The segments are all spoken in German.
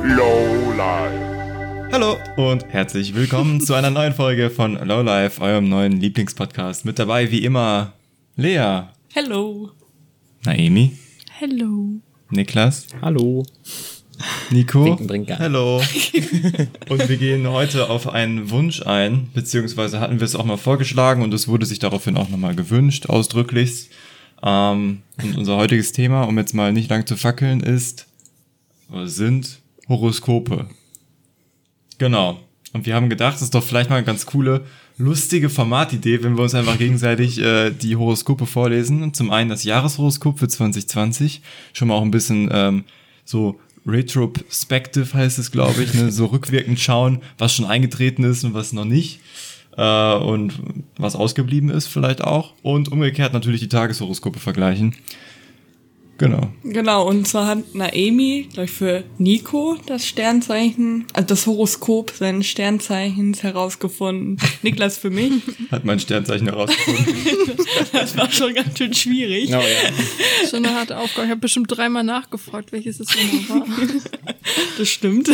Lowlife. Hallo und herzlich willkommen zu einer neuen Folge von Lowlife, eurem neuen Lieblingspodcast. Mit dabei wie immer Lea. Hello. Naemi. Hello. Niklas. Hallo. Nico. Trinken. Hallo. Und wir gehen heute auf einen Wunsch ein, beziehungsweise hatten wir es auch mal vorgeschlagen und es wurde sich daraufhin auch nochmal gewünscht, ausdrücklichst. Und unser heutiges Thema, um jetzt mal nicht lang zu fackeln, sind Horoskope. Genau. Und wir haben gedacht, es ist doch vielleicht mal eine ganz coole, lustige Formatidee, wenn wir uns einfach gegenseitig die Horoskope vorlesen. Und zum einen das Jahreshoroskop für 2020. Schon mal auch ein bisschen so retrospective heißt es, glaube ich. Ne? So rückwirkend schauen, was schon eingetreten ist und was noch nicht. Und was ausgeblieben ist vielleicht auch. Und umgekehrt natürlich die Tageshoroskope vergleichen. Genau, und zwar hat Naemi, glaube ich, für Nico das Sternzeichen, also das Horoskop seines Sternzeichens herausgefunden. Niklas für mich. Hat mein Sternzeichen herausgefunden. Das war schon ganz schön schwierig. Oh, ja. Schon eine harte Aufgabe. Ich habe bestimmt 3-mal nachgefragt, welches es genau war. Das stimmt.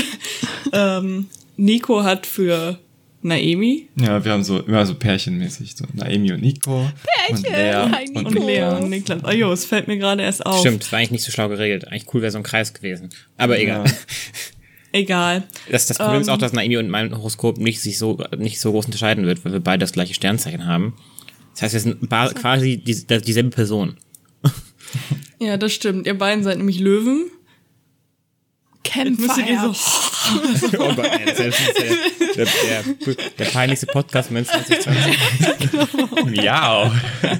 Nico hat für Naemi. Ja, wir haben so immer so pärchenmäßig, so Naemi und Nico. Pärchen, und Lea hi, Nico. Und Lea und Niklas. Oh jo, es fällt mir gerade erst auf. Stimmt, das war eigentlich nicht so schlau geregelt. Eigentlich cool wäre so ein Kreis gewesen. Aber egal. Ja. Egal. Das Problem ist auch, dass Naemi und mein Horoskop nicht so groß unterscheiden wird, weil wir beide das gleiche Sternzeichen haben. Das heißt, wir sind quasi dieselbe Person. Ja, das stimmt. Ihr beiden seid nämlich Löwen. Jetzt müsstet ihr so... Oh Gott, ey, das ist der peinlichste Podcast mit 2020. Ja.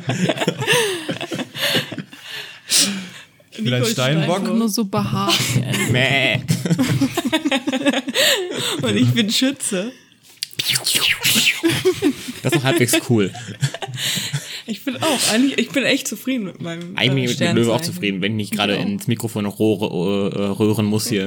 Nico ist Steinbock? Nur so behaart. Mäh. Und ich bin Schütze. Das ist noch halbwegs cool. Ich bin auch, eigentlich, ich bin echt zufrieden mit meinem Eigentlich mit dem Löwe auch Sternzeichen. zufrieden, wenn ich nicht gerade ins Mikrofon noch röhren muss hier.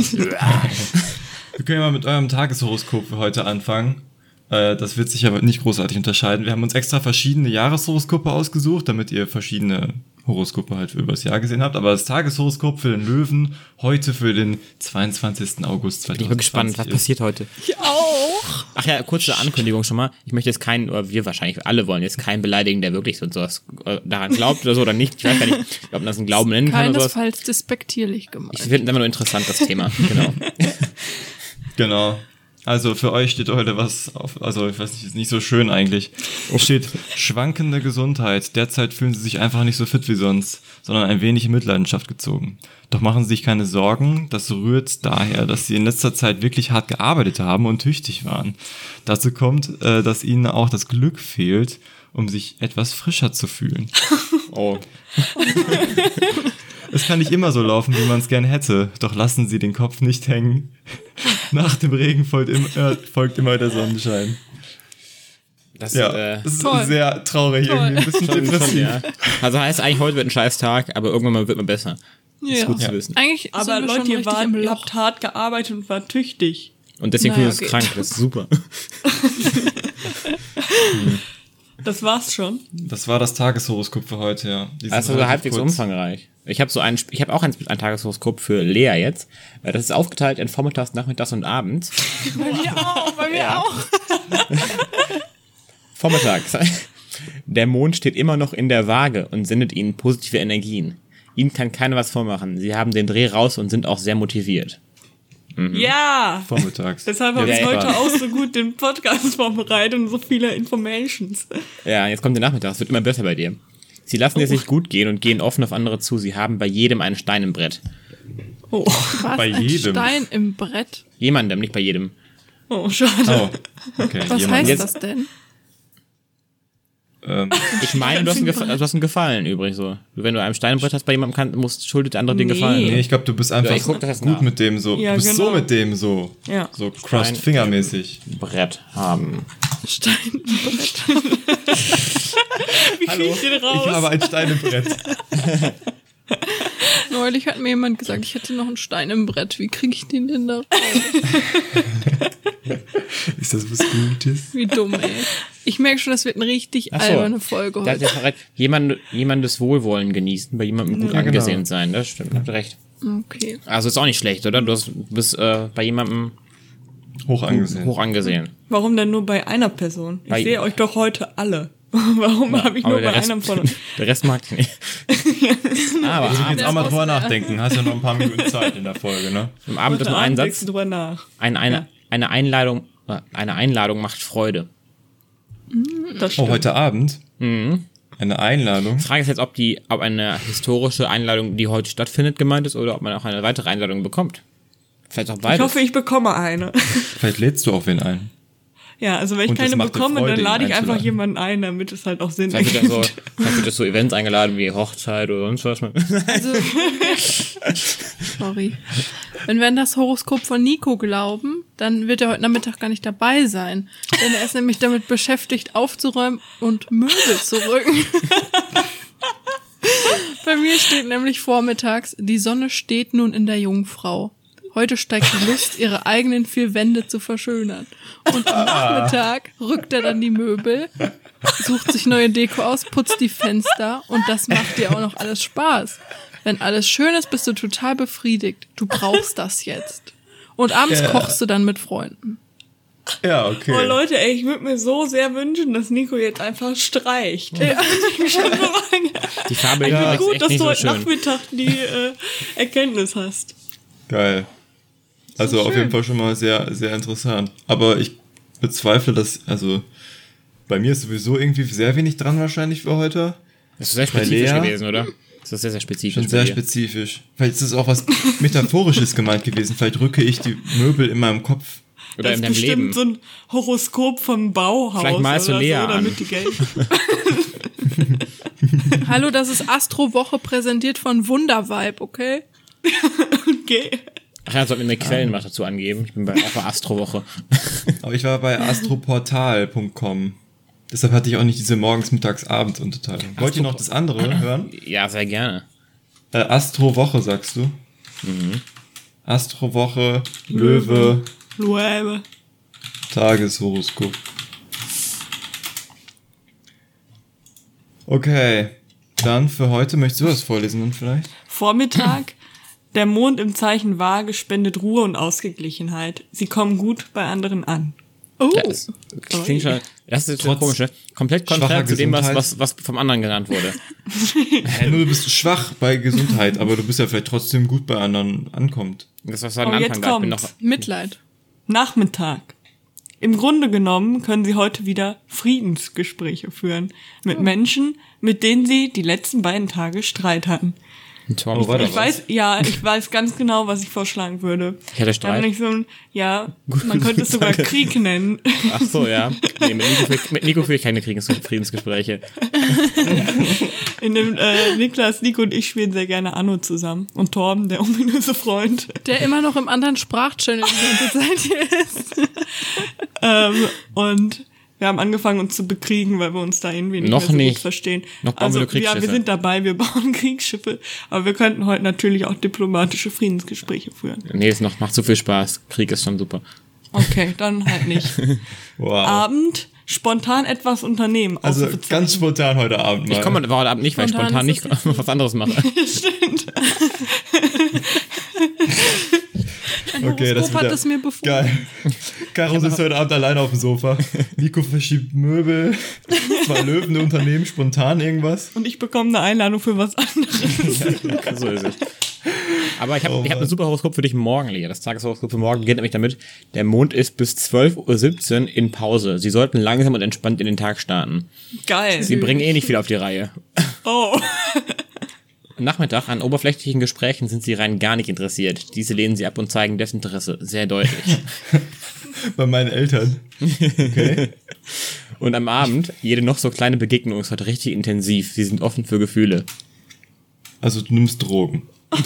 Wir können ja mal mit eurem Tageshoroskop für heute anfangen. Das wird sich aber nicht großartig unterscheiden. Wir haben uns extra verschiedene Jahreshoroskope ausgesucht, damit ihr verschiedene Horoskope halt über das Jahr gesehen habt. Aber das Tageshoroskop für den Löwen heute für den 22. August 2020 Ich bin gespannt, was passiert heute. Ich auch. Ach ja, kurze Ankündigung schon mal. Ich möchte jetzt keinen, oder wir wahrscheinlich alle wollen jetzt keinen beleidigen, der wirklich so sowas daran glaubt oder so oder nicht. Ich weiß gar nicht, ob man das einen Glauben nennen kann oder sowas. Keinesfalls despektierlich gemeint. Ich finde es immer nur interessant, das Thema. Genau. Genau. Also für euch steht heute was auf, also ich weiß nicht, ist nicht so schön eigentlich. Es steht schwankende Gesundheit. Derzeit fühlen sie sich einfach nicht so fit wie sonst, sondern ein wenig in Mitleidenschaft gezogen. Doch machen Sie sich keine Sorgen, das rührt daher, dass Sie in letzter Zeit wirklich hart gearbeitet haben und tüchtig waren. Dazu kommt, dass Ihnen auch das Glück fehlt, um sich etwas frischer zu fühlen. Oh. Es kann nicht immer so laufen, wie man es gern hätte, doch lassen Sie den Kopf nicht hängen. Nach dem Regen folgt immer der Sonnenschein. Das Das ist toll. sehr traurig, irgendwie ein bisschen depressiv. ja. Also heißt eigentlich, heute wird ein scheiß Tag, aber irgendwann mal wird man besser. Ja. Ist gut zu wissen. Eigentlich Aber sind wir schon Leute, richtig im ihr Loch. habt hart gearbeitet und war tüchtig. Und deswegen Naja, fühlen wir uns okay. krank, das ist super. Das war's schon. Das war das Tageshoroskop für heute, ja. Die sind Das ist sogar relativ halbwegs kurz. umfangreich. Ich habe auch ein Tageshoroskop für Lea jetzt. Das ist aufgeteilt in Vormittags, Nachmittags und Abends. Bei mir auch. Vormittags. Der Mond steht immer noch in der Waage und sendet ihnen positive Energien. Ihnen kann keiner was vormachen. Sie haben den Dreh raus und sind auch sehr motiviert. Ja! Vormittags. Deshalb habe Ja, ich heute ja. auch so gut den Podcast vorbereitet und so viele Informations. Ja, jetzt kommt der Nachmittag. Es wird immer besser bei dir. Sie lassen es sich gut gehen und gehen offen auf andere zu. Sie haben bei jedem einen Stein im Brett. Oh, Was, Bei ein jedem. Stein im Brett? Jemandem, nicht bei jedem. oh schade. Oh, okay. Was jemand. heißt Jetzt- das denn? Ich meine, du hast einen Gefallen übrig. So. Wenn du einem Stein im Brett hast bei jemandem, schuldet der andere den Gefallen. Nee, ich glaube, du bist einfach Ja, ich guck das jetzt gut nach. mit dem so. Ja, du bist genau. so mit dem so. Ja. So crossed-fingermäßig. Brett haben. Stein im Brett. Wie krieg ich den raus? Ich habe ein Stein im Brett. Neulich hat mir jemand gesagt, ich hätte noch einen Stein im Brett. Wie kriege ich den denn da raus? Ist das was Gutes? Wie dumm, ey. Ich merke schon, das wird eine richtig Ach so. alberne Folge Da heute. hat er recht. Jemandes Wohlwollen genießen, bei jemandem gut Ja, angesehen genau. sein. Das stimmt, habt ihr recht. Okay. Also ist auch nicht schlecht, oder? Du bist bei jemandem Hoch angesehen. hoch angesehen. Warum denn nur bei einer Person? Ich Bei- sehe euch doch heute alle. Warum habe ich Aber nur der bei Rest, einem von euch? der Rest mag ich nicht. Aber Also jetzt auch mal Der drüber Boss, nachdenken. Hast ja noch ein paar Minuten Zeit in der Folge, ne? am Abend ist Heute nur ein Abend Satz. denkst du drüber nach. Eine Einladung macht Freude. Das Oh, stimmt. heute Abend? Eine Einladung? Die Frage ist jetzt, ob eine historische Einladung, die heute stattfindet, gemeint ist oder ob man auch eine weitere Einladung bekommt. Vielleicht auch Ich beides. hoffe, ich bekomme eine. Vielleicht lädst du auch wen ein. Ja, also wenn ich Und es keine macht dir bekomme, Freude, dann ihn lade ich einfach einzuladen. jemanden ein, damit es halt auch Sinn Vielleicht ergibt. wird das so Events eingeladen wie Hochzeit oder sonst was. Also, sorry. Wenn wir an das Horoskop von Nico glauben, dann wird er heute Nachmittag gar nicht dabei sein. Denn er ist nämlich damit beschäftigt, aufzuräumen und Möbel zu rücken. Bei mir steht nämlich vormittags, die Sonne steht nun in der Jungfrau. Heute steigt die Lust, ihre eigenen 4 Wände zu verschönern. Und am Nachmittag rückt er dann die Möbel, sucht sich neue Deko aus, putzt die Fenster und das macht dir auch noch alles Spaß. Wenn alles schön ist, bist du total befriedigt. Du brauchst das jetzt. Und abends kochst du dann mit Freunden. Ja, okay. Oh Leute, ey, ich würde mir so sehr wünschen, dass Nico jetzt einfach streicht. Ja. Die Farbe Ja. ist Gut, echt dass nicht du so heute schön. Nachmittag die Erkenntnis hast. Geil. Also auf jeden Fall schon mal sehr, sehr interessant. Aber ich bezweifle, dass, also bei mir ist sowieso irgendwie sehr wenig dran wahrscheinlich für heute. Das ist sehr spezifisch Lea- gewesen, oder? Das ist sehr, sehr spezifisch. Schon bei sehr dir. spezifisch. Vielleicht ist es auch was Metaphorisches gemeint gewesen. Vielleicht rücke ich die Möbel in meinem Kopf. Oder Das in ist deinem bestimmt Leben. so ein Horoskop vom Bauhaus Vielleicht malst du oder Lea so, an. damit die Geld. Hallo, das ist Astro-Woche präsentiert von Wundervibe, okay? Okay. Ach ja, sollten wir eine Quellenmacht dazu angeben. Ich bin auch bei Astrowoche. Aber ich war bei astroportal.com. Deshalb hatte ich auch nicht diese Morgens-Mittags-Abends-Unterteilung. Wollt ihr noch das andere hören? Ja, sehr gerne. Astrowoche, sagst du? Astrowoche, Löwe, Löwe. Tageshoroskop. Okay, dann für heute möchtest du was vorlesen dann vielleicht? Vormittag. Der Mond im Zeichen Waage spendet Ruhe und Ausgeglichenheit. Sie kommen gut bei anderen an. Oh, Das klingt schon, das ist Trotz komisch, ne? Komplett konträr schwacher zu dem, Gesundheit. was vom anderen genannt wurde. Nur du bist schwach bei Gesundheit, aber du bist ja vielleicht trotzdem gut bei anderen ankommt. Das war am Oh, jetzt Anfang da. Ich bin kommt's. noch, Mitleid. Nachmittag. Im Grunde genommen können Sie heute wieder Friedensgespräche führen. Mit Menschen, mit denen Sie die letzten beiden Tage Streit hatten. Oh, warte. Ich weiß ganz genau, was ich vorschlagen würde. Ich hätte Streit. Nämlich so ein, man könnte es sogar Krieg nennen. ach so, ja. Nee, mit Nico führe ich keine Friedensgespräche. In dem Niklas, Nico und ich spielen sehr gerne Anno zusammen. Und Torben, der ominöse Freund. Der immer noch im anderen Sprachchannel die ganze Zeit hier ist. Und wir haben angefangen, uns zu bekriegen, weil wir uns da irgendwie nicht Noch mehr so nicht. gut verstehen. Noch bauen Also, wir nur Kriegsschiffe. ja, wir sind dabei, wir bauen Kriegsschiffe. Aber wir könnten heute natürlich auch diplomatische Friedensgespräche führen. Nee, es macht zu viel Spaß. Krieg ist schon super. Okay, dann halt nicht. Wow. Abend, spontan etwas unternehmen. Also Ausrufezeichen. ganz spontan heute Abend mal. Ich komme heute Abend nicht, weil ich Spontan spontan ist nicht das was anderes mache. Stimmt. Ein Okay, das Horoskop hat wird es mir befohlen. geil. Caro sitzt heute Abend alleine auf dem Sofa. Nico verschiebt Möbel. 2 Löwen, ein Unternehmen, spontan irgendwas. Und ich bekomme eine Einladung für was anderes. So ist es. Aber ich hab ein super Horoskop für dich morgen, Lea. Das Tageshoroskop für morgen beginnt nämlich damit, der Mond ist bis 12:17 Uhr in Pause. Sie sollten langsam und entspannt in den Tag starten. Geil. Sie bringen eh nicht viel auf die Reihe. Oh. Am Nachmittag an oberflächlichen Gesprächen sind sie rein gar nicht interessiert. Diese lehnen sie ab und zeigen Desinteresse. Sehr deutlich. Bei meinen Eltern. Okay. Und am Abend, jede noch so kleine Begegnung ist heute richtig intensiv. Sie sind offen für Gefühle. Also du nimmst Drogen.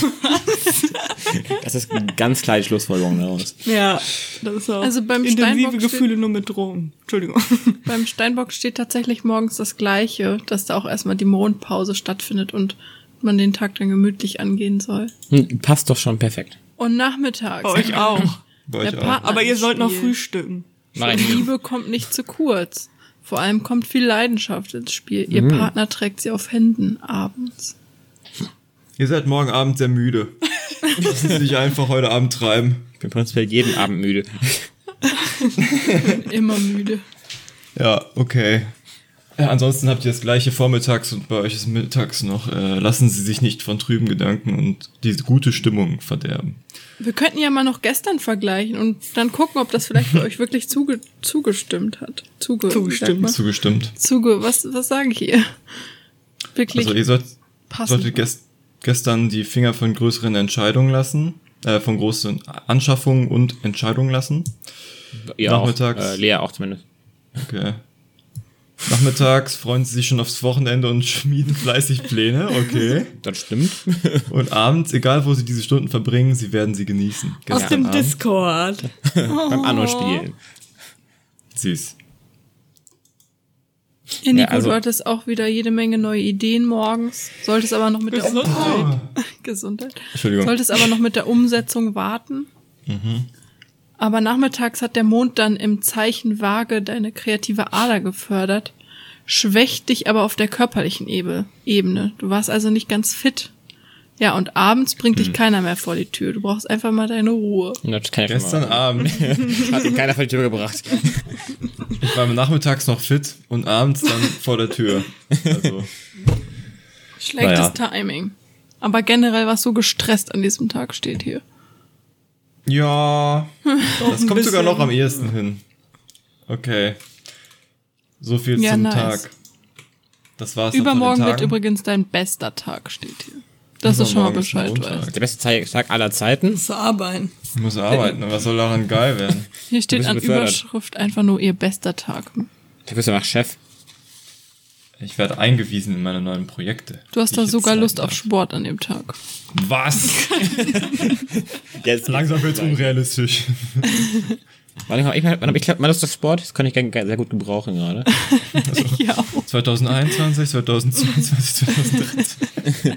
Das ist eine ganz kleine Schlussfolgerung daraus. Ja, das ist auch Also beim intensive Steinbock Gefühle nur mit Drogen. Entschuldigung. Beim Steinbock steht tatsächlich morgens das Gleiche, dass da auch erstmal die Mondpause stattfindet und man den Tag dann gemütlich angehen soll. Passt doch schon perfekt. Und nachmittags. Bei euch auch. Bei Der euch auch. Partner Aber ihr ins sollt noch Spiel. frühstücken. Mach ich. Liebe kommt nicht zu kurz. Vor allem kommt viel Leidenschaft ins Spiel. Ihr Partner trägt sie auf Händen abends. Ihr seid morgen Abend sehr müde. Lassen Sie sich einfach heute Abend treiben. Ich bin prinzipiell jeden Abend müde. Immer müde. Ja, okay. Ja, ansonsten habt ihr das gleiche vormittags und bei euch ist mittags noch. Lassen Sie sich nicht von trüben Gedanken und diese gute Stimmung verderben. Wir könnten ja mal noch gestern vergleichen und dann gucken, ob das vielleicht für euch wirklich zugestimmt hat. Zugestimmt. Zugestimmt. Was sage ich hier? Wirklich Also ihr passend. solltet gestern die Finger von größeren Entscheidungen lassen, von großen Anschaffungen und Entscheidungen lassen. Ihr Nachmittags. auch, Lea auch zumindest. Okay. Nachmittags freuen sie sich schon aufs Wochenende und schmieden fleißig Pläne, okay. Das stimmt. Und abends, egal wo sie diese Stunden verbringen, sie werden sie genießen. Aus Gestern dem Abend. Discord. Beim Anno-Spielen. Süß. Ja, Nico, Ja, also- du hattest auch wieder jede Menge neue Ideen morgens, solltest aber noch mit der Gesundheit. Entschuldigung. Solltest aber noch mit der Umsetzung warten. Aber nachmittags hat der Mond dann im Zeichen Waage deine kreative Ader gefördert, schwächt dich aber auf der körperlichen Ebene. Du warst also nicht ganz fit. Ja, und abends bringt dich keiner mehr vor die Tür. Du brauchst einfach mal deine Ruhe. Das kann ich schon Gestern mal. Abend. Hat ihn keiner vor die Tür gebracht. Ich war nachmittags noch fit und abends dann vor der Tür. Also, Schlechtes Naja. Timing. Aber generell warst du gestresst an diesem Tag, steht hier. ja, das ein kommt sogar bisschen. noch am ehesten hin. Okay. So viel Ja, zum nice. Tag. Das war's. Übermorgen dann von den wird Tagen. übrigens dein bester Tag, steht hier. Dass du schon mal Übermorgen ist Bescheid Montag. weißt. Der beste Tag aller Zeiten. Zu arbeiten. Ich muss arbeiten, was soll daran geil werden? Hier steht bist an befördert. Überschrift einfach nur ihr bester Tag. Du bist ja nach Chef. Ich werde eingewiesen in meine neuen Projekte. Du hast die da ich sogar jetzt Lust zeigen auf Sport an dem Tag. darf. Was? Jetzt Langsam wird's unrealistisch. Wann hab ich mal Lust auf Sport? Das kann ich sehr gut gebrauchen gerade. Ja, auch. 2021, 2022, 2013.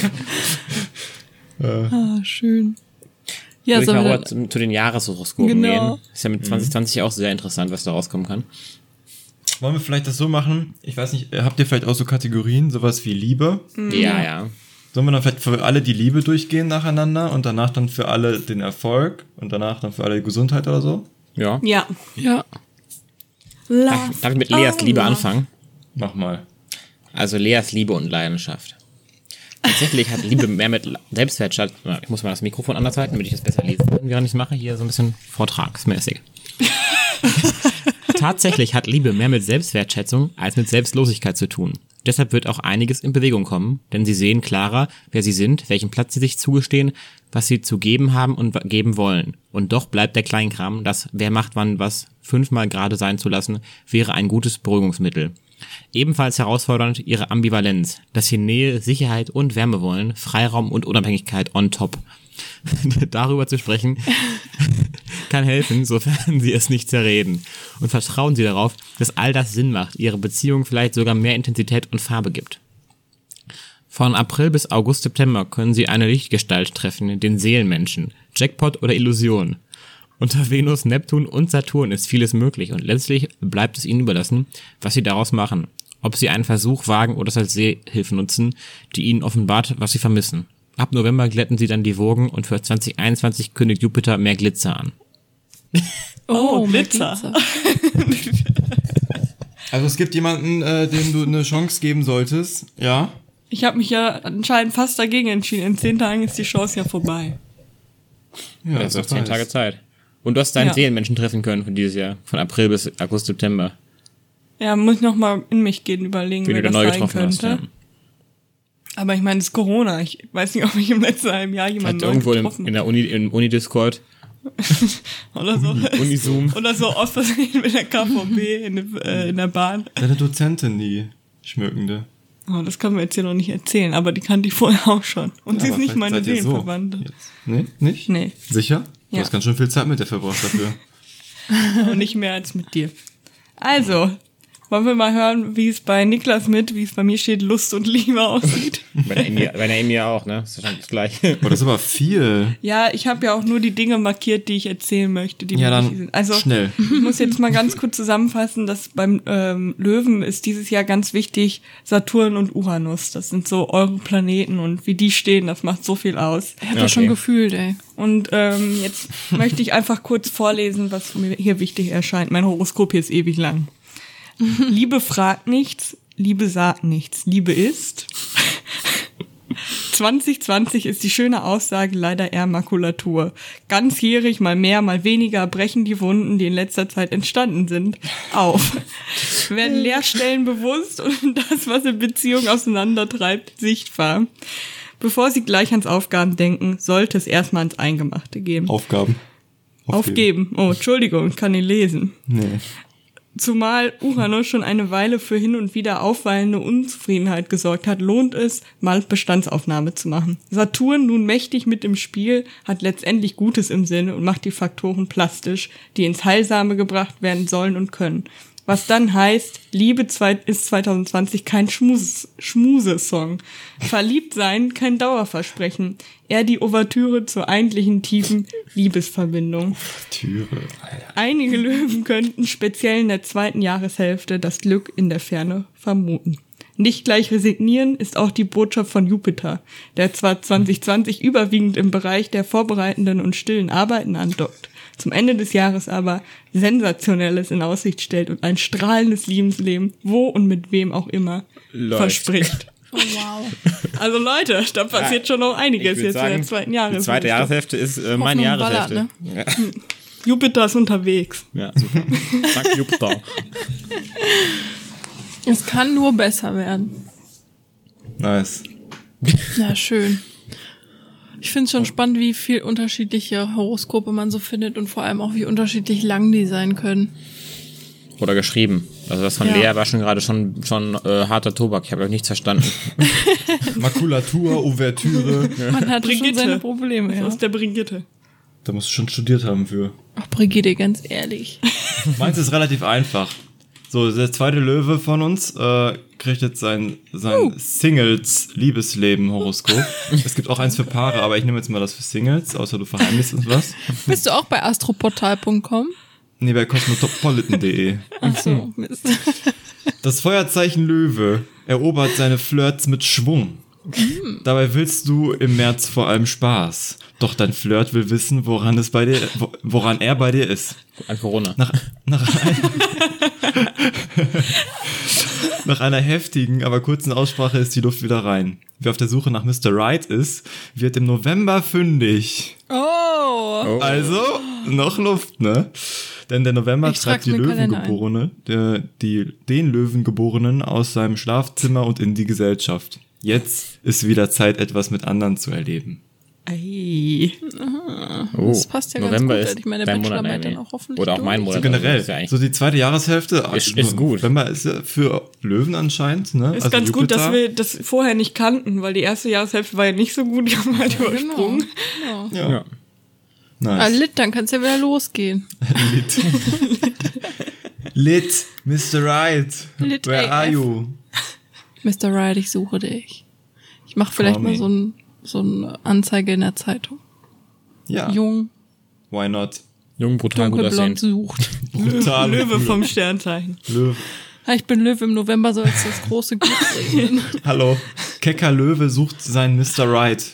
Ah, schön. Ja, Würde ich sollen mal wir rüber zu den Jahreshoroskopen Genau. gehen. Ist ja mit 2020 auch sehr interessant, was da rauskommen kann. Wollen wir vielleicht das so machen? Ich weiß nicht, habt ihr vielleicht auch so Kategorien, sowas wie Liebe? Ja, ja. Sollen wir dann vielleicht für alle die Liebe durchgehen nacheinander und danach dann für alle den Erfolg und danach dann für alle die Gesundheit oder so? Ja. Ja. Ja. Darf ich mit Leas Liebe anfangen? Mach mal. Also Leas Liebe und Leidenschaft. Tatsächlich hat Liebe mehr mit Selbstwert. Ich muss mal das Mikrofon anders halten, damit ich das besser lesen kann, während ich es mache. Hier so ein bisschen vortragsmäßig. Tatsächlich hat Liebe mehr mit Selbstwertschätzung als mit Selbstlosigkeit zu tun. Deshalb wird auch einiges in Bewegung kommen, denn sie sehen klarer, wer sie sind, welchen Platz sie sich zugestehen, was sie zu geben haben und geben wollen. Und doch bleibt der Kleinkram, das wer macht wann was 5-mal gerade sein zu lassen, wäre ein gutes Beruhigungsmittel. Ebenfalls herausfordernd ihre Ambivalenz, dass sie Nähe, Sicherheit und Wärme wollen, Freiraum und Unabhängigkeit on top. Darüber zu sprechen kann helfen, sofern sie es nicht zerreden. Und vertrauen sie darauf, dass all das Sinn macht, ihre Beziehung vielleicht sogar mehr Intensität und Farbe gibt. Von April bis August, September können sie eine Lichtgestalt treffen, den Seelenmenschen, Jackpot oder Illusion. Unter Venus, Neptun und Saturn ist vieles möglich und letztlich bleibt es ihnen überlassen, was sie daraus machen. Ob sie einen Versuch wagen oder es als Seehilfe nutzen, die ihnen offenbart, was sie vermissen. Ab November glätten sie dann die Wogen und für 2021 kündigt Jupiter mehr Glitzer an. Oh, mit Glitzer. Also es gibt jemanden, dem du eine Chance geben solltest, ja? Ich habe mich ja anscheinend fast dagegen entschieden. In 10 Tagen ist die Chance ja vorbei. Ja, Das ist wer 10 weiß. Tage Zeit. Und du hast deinen Ja. Seelenmenschen treffen können für dieses Jahr. Von April bis August, September. Ja, muss ich noch mal in mich gehen, überlegen, Wie wer du da das neu sein getroffen hast. könnte. Ja. Aber ich meine, es ist Corona. Ich weiß nicht, ob ich im letzten halben Jahr Hat jemanden neu irgendwo getroffen in der Uni, im Uni-Discord, oder so. Unizoom. Oder so aus Versehen mit der KVB in der Bahn. Deine Dozentin, die Schmückende. Oh, das können wir jetzt hier noch nicht erzählen, aber die kannte ich vorher auch schon. Und sie ist Aber nicht vielleicht meine seid ihr so Seelenverwandte. jetzt. Nee, nicht? Nee, Sicher? Du Ja. hast ganz schön viel Zeit mit der verbracht dafür. und nicht mehr als mit dir. Also, Wollen wir mal hören, wie es bei Niklas wie es bei mir steht, Lust und Liebe aussieht? Bei der Amy ja auch, ne? Das ist wahrscheinlich das Gleiche. Oh, das ist aber viel. Ja, ich habe ja auch nur die Dinge markiert, die ich erzählen möchte, die Ja, mir dann wichtig sind. Also, schnell. ich muss jetzt mal ganz kurz zusammenfassen, dass beim Löwen ist dieses Jahr ganz wichtig Saturn und Uranus. Das sind so eure Planeten und wie die stehen, das macht so viel aus. Ich hab das schon gefühlt, ey. Und jetzt möchte ich einfach kurz vorlesen, was mir hier wichtig erscheint. Mein Horoskop hier ist ewig lang. Liebe fragt nichts, Liebe sagt nichts, Liebe ist. 2020 ist die schöne Aussage leider eher Makulatur. Ganzjährig, mal mehr, mal weniger, brechen die Wunden, die in letzter Zeit entstanden sind, auf. Werden Leerstellen bewusst und das, was in Beziehung auseinandertreibt, sichtbar. Bevor Sie gleich ans Aufgaben denken, sollte es erstmal ans Eingemachte gehen. Aufgaben. Aufgeben. Oh, Entschuldigung, kann ich lesen. Nee. Zumal Uranus schon eine Weile für hin und wieder aufwallende Unzufriedenheit gesorgt hat, lohnt es, mal Bestandsaufnahme zu machen. Saturn, nun mächtig mit im Spiel, hat letztendlich Gutes im Sinne und macht die Faktoren plastisch, die ins Heilsame gebracht werden sollen und können. Was dann heißt, Liebe ist 2020 kein Schmuse-Song. Verliebt sein kein Dauerversprechen. Eher die Ouvertüre zur eigentlichen tiefen Liebesverbindung. Türe, Alter. Einige Löwen könnten speziell in der zweiten Jahreshälfte das Glück in der Ferne vermuten. Nicht gleich resignieren ist auch die Botschaft von Jupiter, der zwar 2020 überwiegend im Bereich der vorbereitenden und stillen Arbeiten andockt, zum Ende des Jahres aber Sensationelles in Aussicht stellt und ein strahlendes Liebesleben, wo und mit wem auch immer, verspricht. Oh, wow. Also Leute, da passiert schon noch einiges jetzt sagen, in der zweiten Jahreshälfte. Die zweite Jahreshälfte ist meine Hoffnung ballert, Jahreshälfte. ne? Jupiter ist unterwegs. Ja, super. Danke, Jupiter. Es kann nur besser werden. Nice. Ja, schön. Ich finde es schon spannend, wie viel unterschiedliche Horoskope man so findet und vor allem auch, wie unterschiedlich lang die sein können. Oder geschrieben. Also das von Ja. Lea war schon gerade schon harter Tobak. Ich habe euch nichts verstanden. Makulatur, Ouvertüre. Man hat schon Brigitte. seine Probleme, Das ja. ist der Brigitte. Da musst du schon studiert haben für. Ach, Brigitte, ganz ehrlich. Meins ist relativ einfach. So, der zweite Löwe von uns kriegt jetzt sein Singles-Liebesleben-Horoskop. Es gibt auch eins für Paare, aber ich nehme jetzt mal das für Singles, außer du verheimlichst uns was. Bist du auch bei astroportal.com? Nee, bei cosmopolitan.de. Ach so, Mist. Das Feuerzeichen Löwe erobert seine Flirts mit Schwung. Dabei willst du im März vor allem Spaß. Doch dein Flirt will wissen, woran er bei dir ist. An Corona. Nach einer heftigen, aber kurzen Aussprache ist die Luft wieder rein. Wer auf der Suche nach Mr. Right ist, wird im November fündig. Oh! Also, noch Luft, ne? Denn der November Ich treibt die trag's mir in den Kalender Löwengeborene, den Löwengeborenen aus seinem Schlafzimmer und in die Gesellschaft. Jetzt ist wieder Zeit, etwas mit anderen zu erleben. Ei. Oh, Das passt ja November ganz gut, ist hätte ich meine dein Monat, Bachelorarbeit Amy. dann auch hoffentlich Oder auch mein durch. Monat. So generell, Das ist ja eigentlich- so die zweite Jahreshälfte. Ist gut. November ist ja für Löwen anscheinend, ne? Ist Also ganz gut, dass Jupiter. wir das vorher nicht kannten, weil die erste Jahreshälfte war ja nicht so gut, die haben halt übersprungen. Genau. Ja. Ja. Ah, Nice. Lit, dann kann's ja wieder losgehen. Lit, Mr. Right. Lit Where AF. are you? Mr. Right, ich suche dich. Ich mache vielleicht Call mal me. so eine Anzeige in der Zeitung. Ja. Jung, Why not? Jung, brutal, gut dunkelblond aussehen. sucht. Brutal. Löwe vom Sternzeichen. Löwe. Ich bin Löwe, im November soll es das große Glück bringen. Hallo. Kecker Löwe sucht seinen Mr. Right.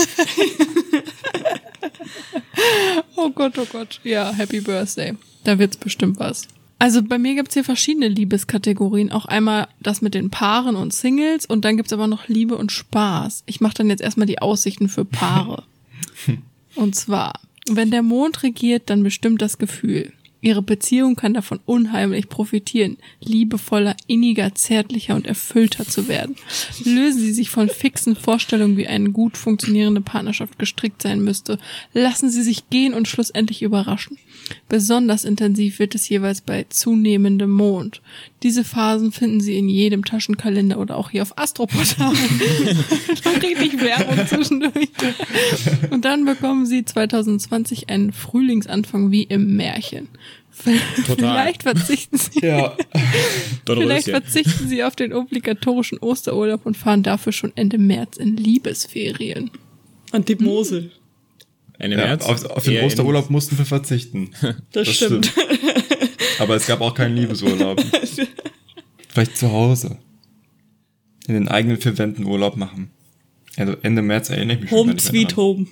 Oh Gott, oh Gott. Ja, Happy Birthday. Da wird's bestimmt was. Also bei mir gibt's hier verschiedene Liebeskategorien. Auch einmal das mit den Paaren und Singles und dann gibt's aber noch Liebe und Spaß. Ich mache dann jetzt erstmal die Aussichten für Paare. Und zwar, wenn der Mond regiert, dann bestimmt das Gefühl. Ihre Beziehung kann davon unheimlich profitieren, liebevoller, inniger, zärtlicher und erfüllter zu werden. Lösen Sie sich von fixen Vorstellungen, wie eine gut funktionierende Partnerschaft gestrickt sein müsste. Lassen Sie sich gehen und schlussendlich überraschen. Besonders intensiv wird es jeweils bei zunehmendem Mond. Diese Phasen finden Sie in jedem Taschenkalender oder auch hier auf Astroportal. Richtig Werbung zwischendurch. Und dann bekommen Sie 2020 einen Frühlingsanfang wie im Märchen. Vielleicht verzichten Sie. Ja. Vielleicht verzichten Sie auf den obligatorischen Osterurlaub und fahren dafür schon Ende März in Liebesferien. Und die Mosel. Ende Ja, März. auf den Eher Osterurlaub mussten wir verzichten. Das stimmt. Aber es gab auch keinen Liebesurlaub. Vielleicht zu Hause. In den eigenen 4 Wänden Urlaub machen. Also Ende März erinnere ich mich schon Home gar nicht mehr Sweet dran. Home.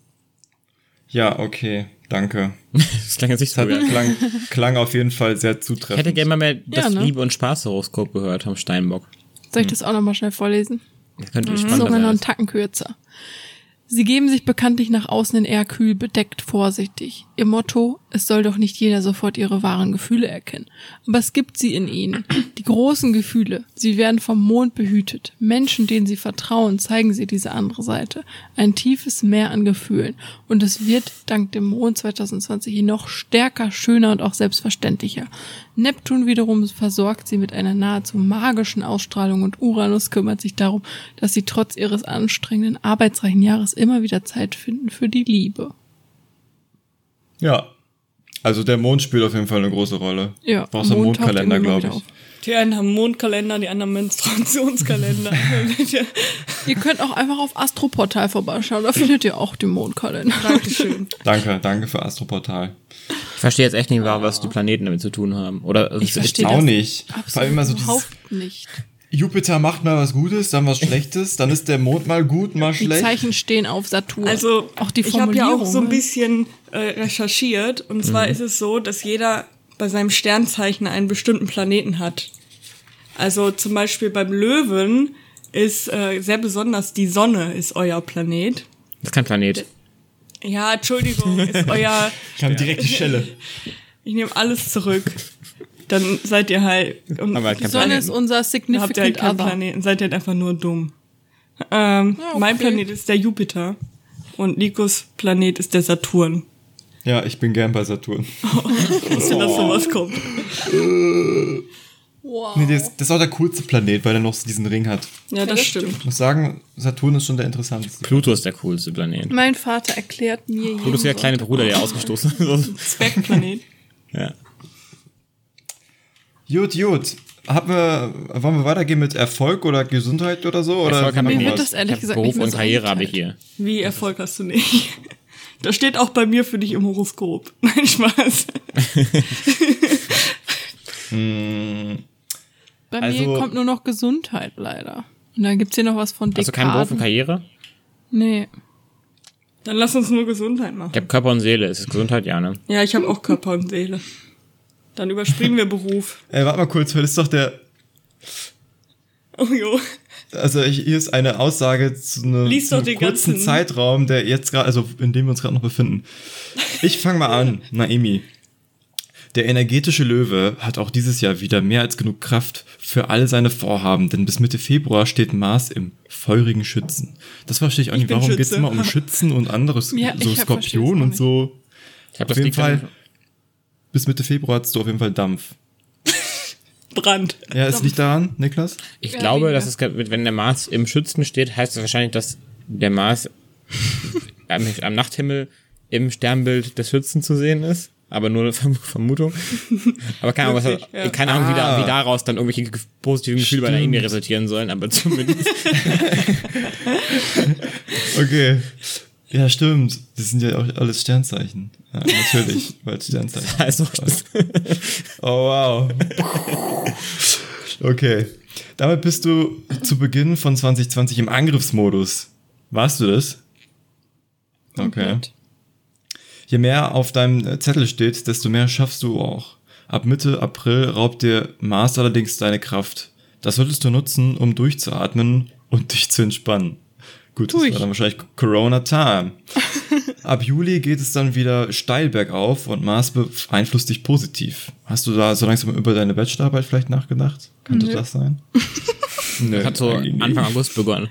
Ja, okay, danke. Das klang jetzt nicht so Das gut. klang auf jeden Fall sehr Ich zutreffend. hätte gerne mal mehr das ne? Liebe- und Spaß-Horoskop gehört vom Steinbock. Soll ich das auch nochmal schnell vorlesen? Das könnte Sogar spannender noch einen sein. Tacken kürzer. Sie geben sich bekanntlich nach außen in eher kühl, bedeckt, vorsichtig. Ihr Motto, es soll doch nicht jeder sofort ihre wahren Gefühle erkennen. Aber es gibt sie in ihnen. Die großen Gefühle. Sie werden vom Mond behütet. Menschen, denen sie vertrauen, zeigen sie diese andere Seite. Ein tiefes Meer an Gefühlen. Und es wird dank dem Mond 2020 noch stärker, schöner und auch selbstverständlicher. Neptun wiederum versorgt sie mit einer nahezu magischen Ausstrahlung und Uranus kümmert sich darum, dass sie trotz ihres anstrengenden, arbeitsreichen Jahres immer wieder Zeit finden für die Liebe. Ja. Also der Mond spielt auf jeden Fall eine große Rolle. Ja, Brauchst einen Mond taucht Mondkalender, immer glaube wieder ich. auf. Die einen haben Mondkalender, die anderen Menstruationskalender. Ihr könnt auch einfach auf Astroportal vorbeischauen, da findet ihr auch den Mondkalender. Dankeschön. Danke für Astroportal. Ich verstehe jetzt echt nicht, was die Planeten damit zu tun haben. Oder Ich verstehe Auch das nicht. Vor allem immer so dieses überhaupt nicht. Jupiter macht mal was Gutes, dann was Schlechtes, dann ist der Mond mal gut, mal Die schlecht. Zeichen stehen auf Saturn. Also, auch die ich habe ja Formulierung. auch so ein ne? bisschen recherchiert. Und zwar ist es so, dass jeder bei seinem Sternzeichen einen bestimmten Planeten hat. Also zum Beispiel beim Löwen ist sehr besonders die Sonne ist euer Planet. Das ist kein Planet. Ja, Entschuldigung, ist euer... Kam direkt die Schelle. Ich nehme alles zurück. Dann seid ihr halt... Und Aber halt Die kein Sonne Planet. ist unser dann habt ihr halt Significant keinen Other. Planeten. Seid ihr halt einfach nur dumm. okay. Mein Planet ist der Jupiter. Und Nikos Planet ist der Saturn. Ja, ich bin gern bei Saturn. Ich wusste, dass sowas kommt. Wow. Nee, das ist auch der coolste Planet, weil er noch diesen Ring hat. Ja, das stimmt. Ich muss sagen, Saturn ist schon der interessanteste. Pluto ist der coolste Planet. Mein Vater erklärt mir Pluto ist der kleine Bruder, der ausgestoßen ist. Zwergplanet. Ja. Gut. Wollen wir weitergehen mit Erfolg oder Gesundheit oder so? Oder Erfolg haben wir Mir nicht. wird das ehrlich Ich hab gesagt Beruf nicht mehr und so Karriere habe ich eingeteilt. hier. Wie Erfolg hast du nicht? Das steht auch bei mir für dich im Horoskop. Nein, Spaß. Bei Also- mir kommt nur noch Gesundheit, leider. Und dann gibt's hier noch was von Hast du keinen Beruf und Dekaden. Karriere? Nee. Dann lass uns nur Gesundheit machen. Ich habe Körper und Seele. Ist es Gesundheit? Ja, ne? Ja, ich habe auch Körper und Seele. Dann überspringen wir Beruf. Warte mal kurz, das ist doch der... Oh jo. Also hier ist eine Aussage zu einem Lies doch den kurzen ganzen. Zeitraum, der jetzt gerade, also in dem wir uns gerade noch befinden. Ich fange mal an, Naomi. Der energetische Löwe hat auch dieses Jahr wieder mehr als genug Kraft für all seine Vorhaben, denn bis Mitte Februar steht Mars im feurigen Schützen. Das verstehe ich auch nicht, bin warum geht's Schütze. immer um Schützen und anderes, Ja, so ich verstehe Skorpion es auch und nicht. so. Ich habe Auf das jeden liegt Fall, dann- bis Mitte Februar hast du auf jeden Fall Dampf. Brand. Ja, es liegt daran, Niklas? Ich Ja, glaube, weniger. dass es, wenn der Mars im Schützen steht, heißt das wahrscheinlich, dass der Mars am Nachthimmel im Sternbild des Schützen zu sehen ist. Aber nur eine Vermutung. Aber keine Ahnung, Wirklich, ja. keine Ahnung wie daraus dann irgendwelche positiven Gefühle bei der Amy resultieren sollen, aber zumindest. Okay. Ja, stimmt. Das sind ja auch alles Sternzeichen. Ja, natürlich, weil es Sternzeichen. Also, Oh, wow. Okay. Damit bist du zu Beginn von 2020 im Angriffsmodus. Warst du das? Okay. Je mehr auf deinem Zettel steht, desto mehr schaffst du auch. Ab Mitte April raubt dir Mars allerdings deine Kraft. Das solltest du nutzen, um durchzuatmen und dich zu entspannen. Gut, das war dann wahrscheinlich Corona-Time. Ab Juli geht es dann wieder steil bergauf und Mars beeinflusst dich positiv. Hast du da so langsam über deine Bachelorarbeit vielleicht nachgedacht? Könnte das sein? Nö, hat so eigentlich nicht. Anfang August begonnen.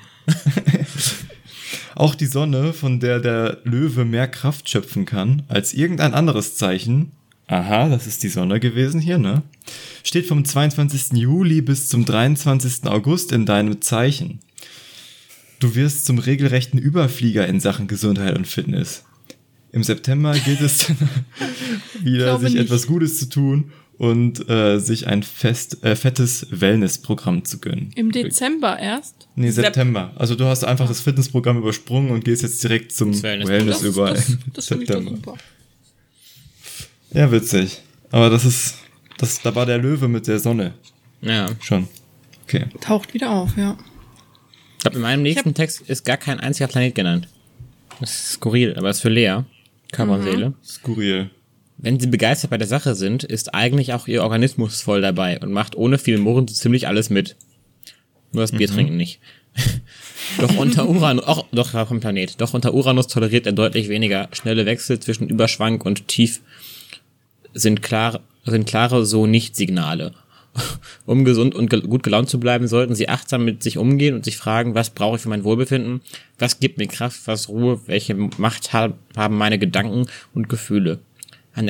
Auch die Sonne, von der der Löwe mehr Kraft schöpfen kann als irgendein anderes Zeichen, aha, das ist die Sonne gewesen hier, ne? Steht vom 22. Juli bis zum 23. August in deinem Zeichen. Du wirst zum regelrechten Überflieger in Sachen Gesundheit und Fitness. Im September geht es dann wieder, Glaube sich nicht. etwas Gutes zu tun und sich ein fettes Wellnessprogramm zu gönnen. Im Dezember erst? Nee, September. Also du hast einfach das Fitnessprogramm übersprungen und gehst jetzt direkt zum Das Wellness- Wellness über. Das finde ich doch super. Ja, witzig. Aber da war der Löwe mit der Sonne Ja. schon. Okay. Taucht wieder auf, ja. Ich glaube, in meinem nächsten Text ist gar kein einziger Planet genannt. Das ist skurril, aber das ist für Lea. Körper und Seele. Skurril. Wenn sie begeistert bei der Sache sind, ist eigentlich auch ihr Organismus voll dabei und macht ohne viel Murren so ziemlich alles mit. Nur das Bier trinken nicht. Doch unter Uranus toleriert er deutlich weniger. Schnelle Wechsel zwischen Überschwang und Tief sind klare So-Nicht-Signale. Um gesund und gut gelaunt zu bleiben, sollten sie achtsam mit sich umgehen und sich fragen, was brauche ich für mein Wohlbefinden? Was gibt mir Kraft, was Ruhe? Welche Macht haben meine Gedanken und Gefühle? An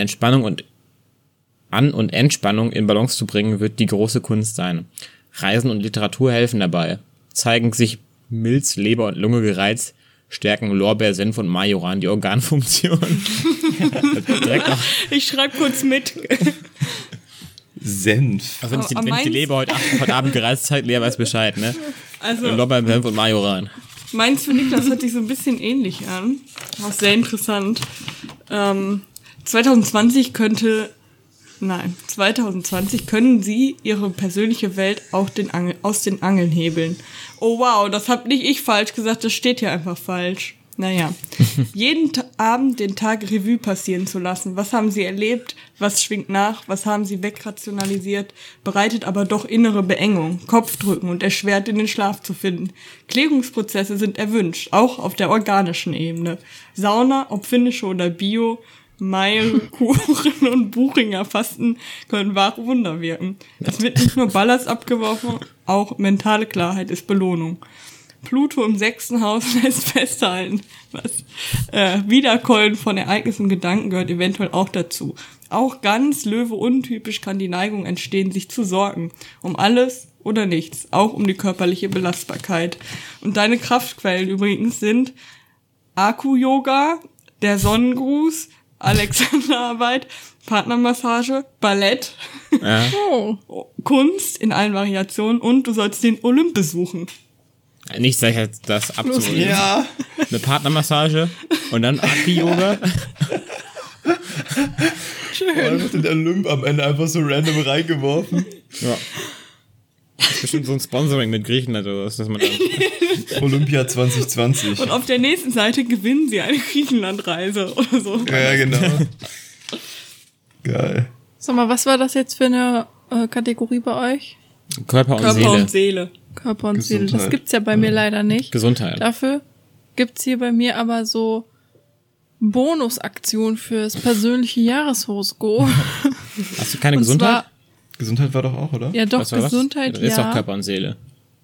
und Entspannung in Balance zu bringen, wird die große Kunst sein. Reisen und Literatur helfen dabei. Zeigen sich Milz, Leber und Lunge gereizt, stärken Lorbeer, Senf und Majoran die Organfunktion. Direkt noch. Ich schreibe kurz mit. Senf. Also wenn Aber ich die Leber heute Abend gereizt hat, Lea weiß Bescheid, ne? Also Lorbeer, Senf und Majoran. meins für Niklas hört sich so ein bisschen ähnlich an. Auch sehr interessant. 2020 können sie ihre persönliche Welt auch aus den Angeln hebeln. Oh wow, das hab nicht ich falsch gesagt, das steht hier einfach falsch. Naja, jeden Abend den Tag Revue passieren zu lassen. Was haben sie erlebt? Was schwingt nach? Was haben sie wegrationalisiert? Bereitet aber doch innere Beengung, Kopfdrücken und erschwert in den Schlaf zu finden. Klärungsprozesse sind erwünscht, auch auf der organischen Ebene. Sauna, ob finnische oder bio, Meierkuchen und Buchinger Fasten können wahre Wunder wirken. Es wird nicht nur Ballast abgeworfen, auch mentale Klarheit ist Belohnung. Pluto im 6. Haus lässt festhalten, was Wiederkäuen von Ereignissen und Gedanken gehört eventuell auch dazu. Auch ganz Löwe untypisch kann die Neigung entstehen, sich zu sorgen. Um alles oder nichts, auch um die körperliche Belastbarkeit. Und deine Kraftquellen übrigens sind Akku-Yoga, der Sonnengruß, Alexanderarbeit, Partnermassage, Ballett, Ja. Kunst in allen Variationen und du sollst den Olymp besuchen. Nicht sicher, das abzuholen. Ja. Eine Partnermassage und dann Aki-Yoga. Einfach den Olymp am Ende einfach so random reingeworfen. Ja. Das ist bestimmt so ein Sponsoring mit Griechenland oder was, dass man dann Olympia 2020. Und auf der nächsten Seite gewinnen sie eine Griechenlandreise oder so. Ja, genau. Geil. Sag mal, was war das jetzt für eine Kategorie bei euch? Körper und Körper Seele. und Seele. Körper und Seele. Das Gesundheit. gibt's ja bei mir leider nicht. Gesundheit. Dafür gibt's hier bei mir aber so Bonusaktionen fürs persönliche Jahreshoroskop. Hast du keine Und Gesundheit? zwar, Gesundheit war doch auch, oder? ja doch, Was war das? Gesundheit, Das ist auch ja. Körper und Seele.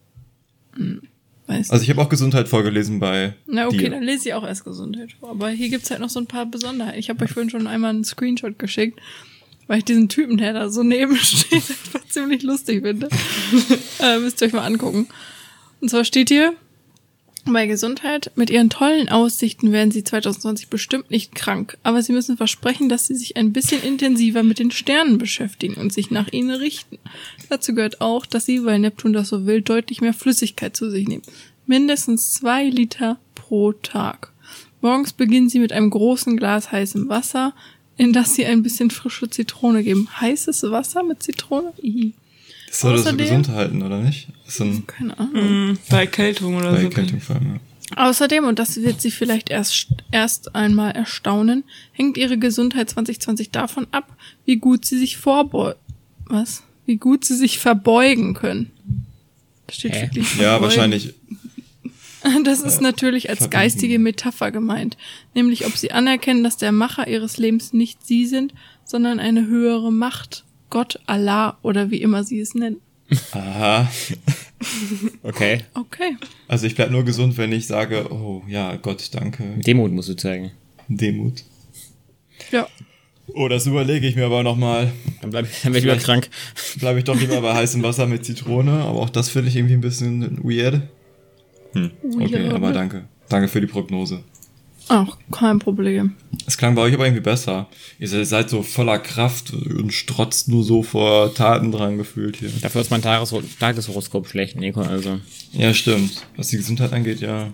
Weiß Also ich habe auch Gesundheit vorgelesen bei Na okay, dir. dann lese ich auch erst Gesundheit vor. Aber hier gibt's halt noch so ein paar Besonderheiten. Ich habe euch vorhin schon einmal einen Screenshot geschickt, weil ich diesen Typen, der da so neben steht, einfach ziemlich lustig finde. Müsst ihr euch mal angucken. Und zwar steht hier, bei Gesundheit, mit ihren tollen Aussichten werden sie 2020 bestimmt nicht krank, aber sie müssen versprechen, dass sie sich ein bisschen intensiver mit den Sternen beschäftigen und sich nach ihnen richten. Dazu gehört auch, dass sie, weil Neptun das so will, deutlich mehr Flüssigkeit zu sich nehmen. Mindestens 2 Liter pro Tag. Morgens beginnen sie mit einem großen Glas heißem Wasser, in das sie ein bisschen frische Zitrone geben. Heißes Wasser mit Zitrone? Ihi. Das soll das so Außerdem- gesund halten, oder nicht? Das ist ein Keine Ahnung. Bei Erkältung oder bei so. Erkältung vor allem, ja. Außerdem, und das wird Sie vielleicht erst einmal erstaunen, hängt Ihre Gesundheit 2020 davon ab, wie gut Sie sich wie gut Sie sich verbeugen können. Das steht Hä? wirklich Ja, verbeugen. wahrscheinlich. Das ist natürlich als verbiegen. geistige Metapher gemeint. Nämlich, ob Sie anerkennen, dass der Macher Ihres Lebens nicht Sie sind, sondern eine höhere Macht, Gott, Allah oder wie immer Sie es nennen. Aha. Okay. Okay. Also ich bleib nur gesund, wenn ich sage, oh ja, Gott, danke. Demut musst du zeigen. Demut. Ja. Oh, das überlege ich mir aber nochmal. Dann werd ich wieder krank. Bleibe ich doch lieber bei heißem Wasser mit Zitrone, aber auch das finde ich irgendwie ein bisschen weird. Okay, Weird. aber danke. Danke für die Prognose. Ach, kein Problem. Es klang bei euch aber irgendwie besser. Ihr seid so voller Kraft und strotzt nur so vor Taten dran gefühlt hier. Dafür ist mein Tageshoroskop schlecht, Nico, also. Ja, stimmt. Was die Gesundheit angeht, ja.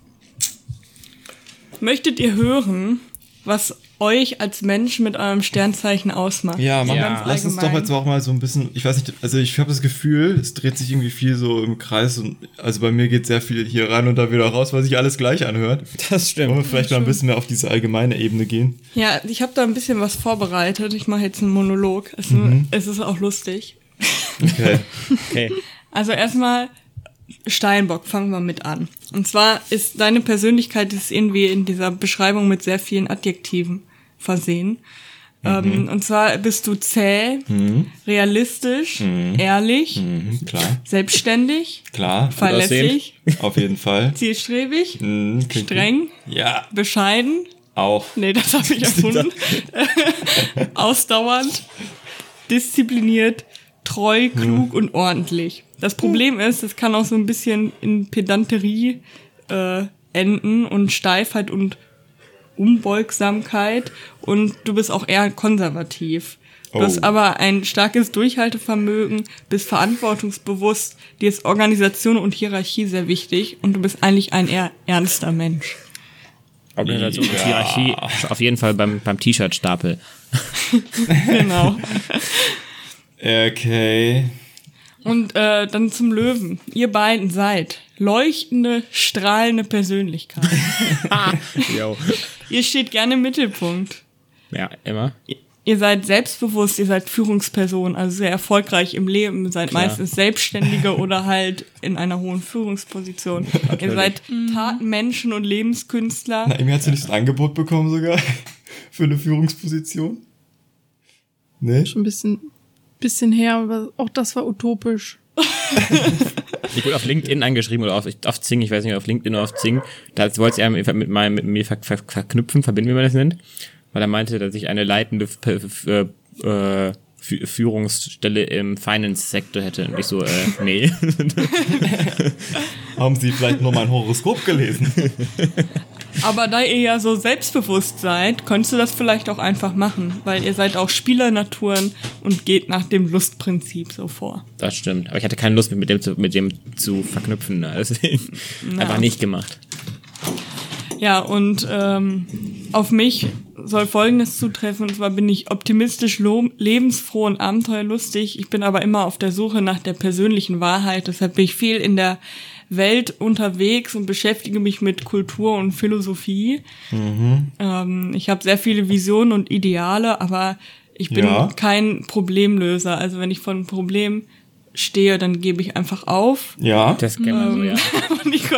Möchtet ihr hören, was euch als Mensch mit eurem Sternzeichen ausmacht? Ja, lass uns doch allgemein. jetzt auch mal so ein bisschen, ich weiß nicht, also ich habe das Gefühl, es dreht sich irgendwie viel so im Kreis und also bei mir geht sehr viel hier rein und da wieder raus, weil sich alles gleich anhört. Das stimmt. Wollen wir vielleicht mal ein bisschen mehr auf diese allgemeine Ebene gehen? Ja, ich habe da ein bisschen was vorbereitet. Ich mache jetzt einen Monolog. Es ist auch lustig. Okay. Okay. Also erstmal Steinbock, fangen wir mit an. Und zwar ist deine Persönlichkeit ist irgendwie in dieser Beschreibung mit sehr vielen Adjektiven versehen. Und zwar bist du zäh, realistisch, ehrlich, Klar, selbstständig, klar, verlässlich, auf jeden Fall. zielstrebig, Klingt streng, gut. Ja, bescheiden. auch. Nee, das habe ich erfunden. Ausdauernd, diszipliniert, treu, klug und ordentlich. Das Problem ist, es kann auch so ein bisschen in Pedanterie enden und Steifheit und Unbeugsamkeit und du bist auch eher konservativ. Du hast aber ein starkes Durchhaltevermögen, bist verantwortungsbewusst, dir ist Organisation und Hierarchie sehr wichtig und du bist eigentlich ein eher ernster Mensch. Organisation und Hierarchie auf jeden Fall beim T-Shirt-Stapel. Genau. Okay. Und dann zum Löwen. Ihr beiden seid leuchtende, strahlende Persönlichkeiten. Jo. Ihr steht gerne im Mittelpunkt. Ja, immer. Ihr seid selbstbewusst, ihr seid Führungsperson, also sehr erfolgreich im Leben, seid meistens Selbstständige oder halt in einer hohen Führungsposition. Ihr seid Tatenmenschen und Lebenskünstler. Na, irgendwie hat sie nicht ein Angebot bekommen sogar für eine Führungsposition. Nee? Schon ein bisschen her, aber auch das war utopisch. Ich wurde auf LinkedIn angeschrieben oder auf Zing, ich weiß nicht, auf LinkedIn oder auf Zing. Da wollte er mit mir verknüpfen, verbinden, wie man das nennt. Weil er meinte, dass ich eine leitende Führungsstelle im Finance-Sektor hätte. Und ich so, nee. Haben Sie vielleicht nur mein Horoskop gelesen? Aber da ihr ja so selbstbewusst seid, könntest du das vielleicht auch einfach machen, weil ihr seid auch Spielernaturen und geht nach dem Lustprinzip so vor. Das stimmt. Aber ich hatte keine Lust, mit dem zu verknüpfen. Deswegen einfach nicht gemacht. Ja, und auf mich soll Folgendes zutreffen, und zwar bin ich optimistisch, lebensfroh und abenteuerlustig. Ich bin aber immer auf der Suche nach der persönlichen Wahrheit, deshalb bin ich viel in der Welt unterwegs und beschäftige mich mit Kultur und Philosophie. Ich habe sehr viele Visionen und Ideale, aber ich bin kein Problemlöser. Also wenn ich vor einem Problem stehe, dann gebe ich einfach auf. Ja. Das kennt man so, ja. Und ich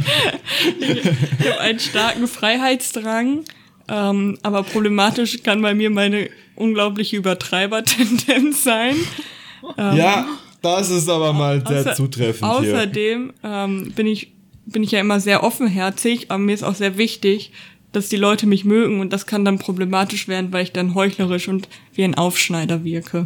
habe einen starken Freiheitsdrang, aber problematisch kann bei mir meine unglaubliche Übertreibertendenz sein. Ja, das ist aber mal sehr zutreffend hier. Außerdem bin ich ja immer sehr offenherzig, aber mir ist auch sehr wichtig, dass die Leute mich mögen und das kann dann problematisch werden, weil ich dann heuchlerisch und wie ein Aufschneider wirke.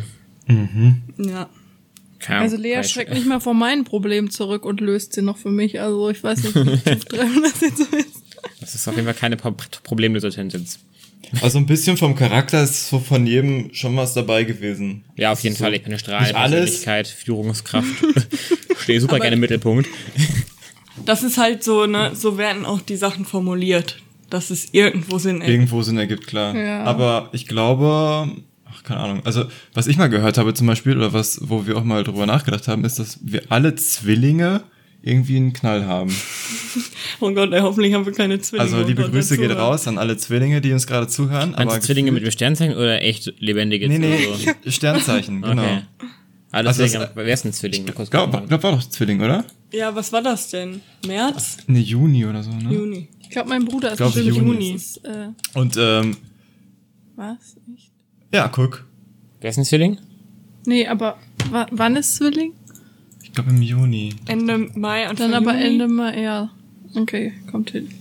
Ja. Also Lea schreckt nicht mal vor meinen Problemen zurück und löst sie noch für mich. Also ich weiß nicht, wie zutreffend das jetzt so ist. Das ist auf jeden Fall keine Problemlöser-Tendenz. Also ein bisschen vom Charakter ist so von jedem schon was dabei gewesen. Ja, auf jeden Fall. Ich bin eine strahlende nicht alles. Persönlichkeit, Führungskraft. Stehe super gerne im Mittelpunkt. Das ist halt so, ne, so werden auch die Sachen formuliert, dass es irgendwo Sinn ergibt. Irgendwo Sinn ergibt, klar. Ja. Aber ich glaube, keine Ahnung, also was ich mal gehört habe zum Beispiel, oder wo wir auch mal drüber nachgedacht haben, ist, dass wir alle Zwillinge irgendwie einen Knall haben. Oh Gott, ey, hoffentlich haben wir keine Zwillinge. Also liebe und Grüße geht dazu. raus an alle Zwillinge, die uns gerade zuhören. Meinst du Zwillinge mit Sternzeichen oder echt lebendige Nee, so? Sternzeichen, genau. Okay. Also Wer ist ein Zwilling? Ich glaube, war doch Zwilling, oder? Ja, was war das denn? März? Ne, Juni oder so, ne? Juni. Ich glaube, mein Bruder ist glaub, bestimmt Juni. Das ist, Und, was? Echt? ja, guck. Wer ist ein Zwilling? Nee, aber wann ist Zwilling? Ich glaube im Juni. Ende Mai, Anfang Dann aber Juni. Ende Mai, ja. Okay, kommt hin.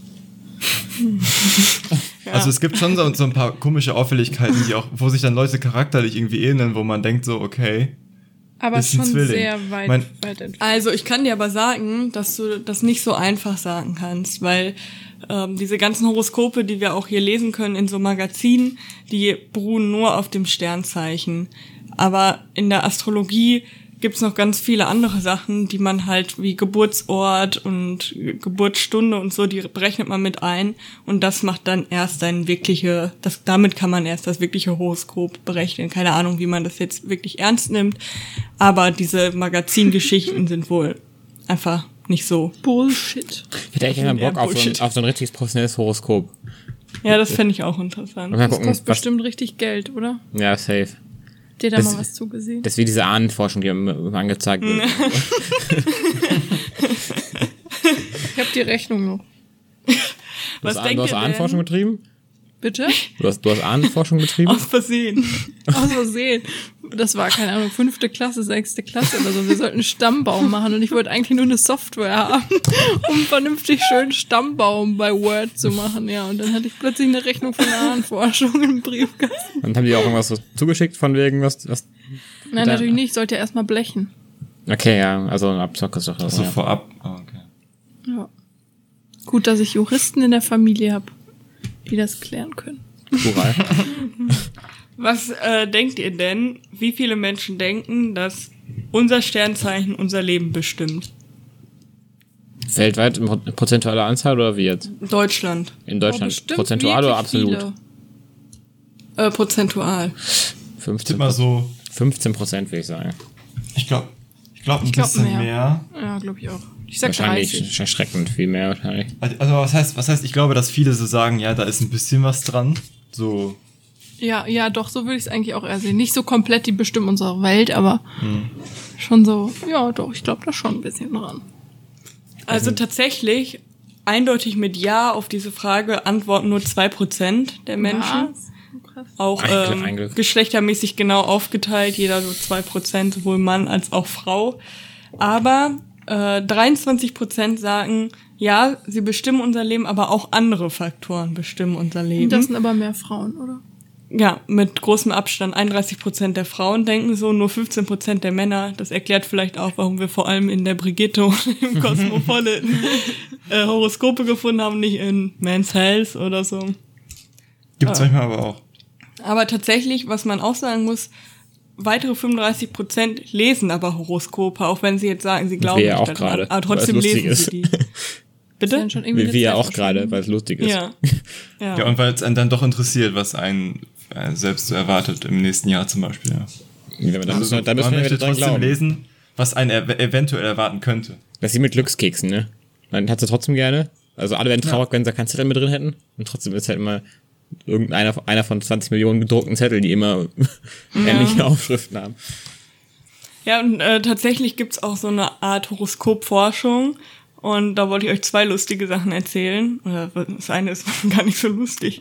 Ja. Also es gibt schon so ein paar komische Auffälligkeiten, wo sich dann Leute charakterlich irgendwie ähneln, wo man denkt so, okay. Aber Ist ein schon Zwilling. sehr weit entfernt. Also ich kann dir aber sagen, dass du das nicht so einfach sagen kannst, weil diese ganzen Horoskope, die wir auch hier lesen können in so Magazinen, die beruhen nur auf dem Sternzeichen. Aber in der Astrologie gibt's noch ganz viele andere Sachen, die man halt wie Geburtsort und Geburtsstunde und so, die berechnet man mit ein und das macht dann erst damit kann man erst das wirkliche Horoskop berechnen. Keine Ahnung, wie man das jetzt wirklich ernst nimmt, aber diese Magazingeschichten sind wohl einfach nicht so. Bullshit. Ich hätte echt mal Bock auf Bullshit. so ein richtig professionelles Horoskop. Ja, das fände ich auch interessant. Mal Das gucken, kostet bestimmt richtig Geld, oder? Ja, safe. Dir da Das- mal was zugesehen? Das ist wie diese Ahnenforschung, die immer angezeigt wird. Ich habe die Rechnung noch. Was Du denkt hast ihr Ahnenforschung denn? betrieben? Bitte? Du hast Ahnenforschung betrieben? Aus Versehen. Aus Versehen. Das war, keine Ahnung, 5. Klasse, 6. Klasse oder so. Wir sollten einen Stammbaum machen und ich wollte eigentlich nur eine Software haben, um einen vernünftig schönen Stammbaum bei Word zu machen. Ja, und dann hatte ich plötzlich eine Rechnung von der Ahnenforschung im Briefkasten. Und haben die auch irgendwas so zugeschickt von wegen was? Nein, Da- natürlich nicht. Ich sollte ja erstmal blechen. Okay, ja, also eine Abzocksache. Also ja. vorab. Ah, okay. Ja. Gut, dass ich Juristen in der Familie habe, die das klären können. Plural. Was denkt ihr denn, wie viele Menschen denken, dass unser Sternzeichen unser Leben bestimmt? Weltweit in prozentualer Anzahl oder wie jetzt? Deutschland. In Deutschland bestimmt prozentual oder wirklich absolut? viele. Prozentual. 15, Tipp mal so, 15% würde ich sagen. ich glaube ein glaub bisschen mehr. mehr. Ja, glaube ich auch. Ich sag Wahrscheinlich 30. erschreckend viel mehr wahrscheinlich. Also was heißt, ich glaube, dass viele so sagen, ja, da ist ein bisschen was dran. So, Ja, doch, so würde ich es eigentlich auch eher sehen. Nicht so komplett, die bestimmen unsere Welt, aber schon so, ja, doch, ich glaube da schon ein bisschen dran. Also tatsächlich, eindeutig mit Ja auf diese Frage antworten nur 2% der Menschen. Was? Krass. Auch Ein Glück. geschlechtermäßig genau aufgeteilt, jeder so 2%, sowohl Mann als auch Frau. Aber 23% sagen, ja, sie bestimmen unser Leben, aber auch andere Faktoren bestimmen unser Leben. Das sind aber mehr Frauen, oder? Ja, mit großem Abstand. 31% der Frauen denken so, nur 15% der Männer. Das erklärt vielleicht auch, warum wir vor allem in der Brigitte und im Cosmopolitan Horoskope gefunden haben, nicht in Men's Health oder so. gibt's manchmal aber auch. Aber tatsächlich, was man auch sagen muss, weitere 35% lesen aber Horoskope, auch wenn sie jetzt sagen, sie glauben Wir nicht auch daran. gerade, Aber trotzdem weil es lustig lesen sie die. Das Bitte? ist schon irgendwie Wie eine wir ja auch Zeitverschwendung. gerade, weil es lustig ist. Ja. Ja, und weil es einen dann doch interessiert, was einen selbst so erwartet im nächsten Jahr zum Beispiel. Ja. Da müssen wir man wieder möchte dran trotzdem glauben. lesen, was einen eventuell erwarten könnte. Das ist wie mit Glückskeksen, ne? Man hat sie trotzdem gerne. Also alle werden traurig, wenn sie keinen Zettel mit drin hätten. Und trotzdem ist halt immer einer von 20 Millionen gedruckten Zetteln, die immer ähnliche Aufschriften haben. Ja, und tatsächlich gibt's auch so eine Art Horoskopforschung. Und da wollte ich euch 2 lustige Sachen erzählen. Oder das eine ist gar nicht so lustig.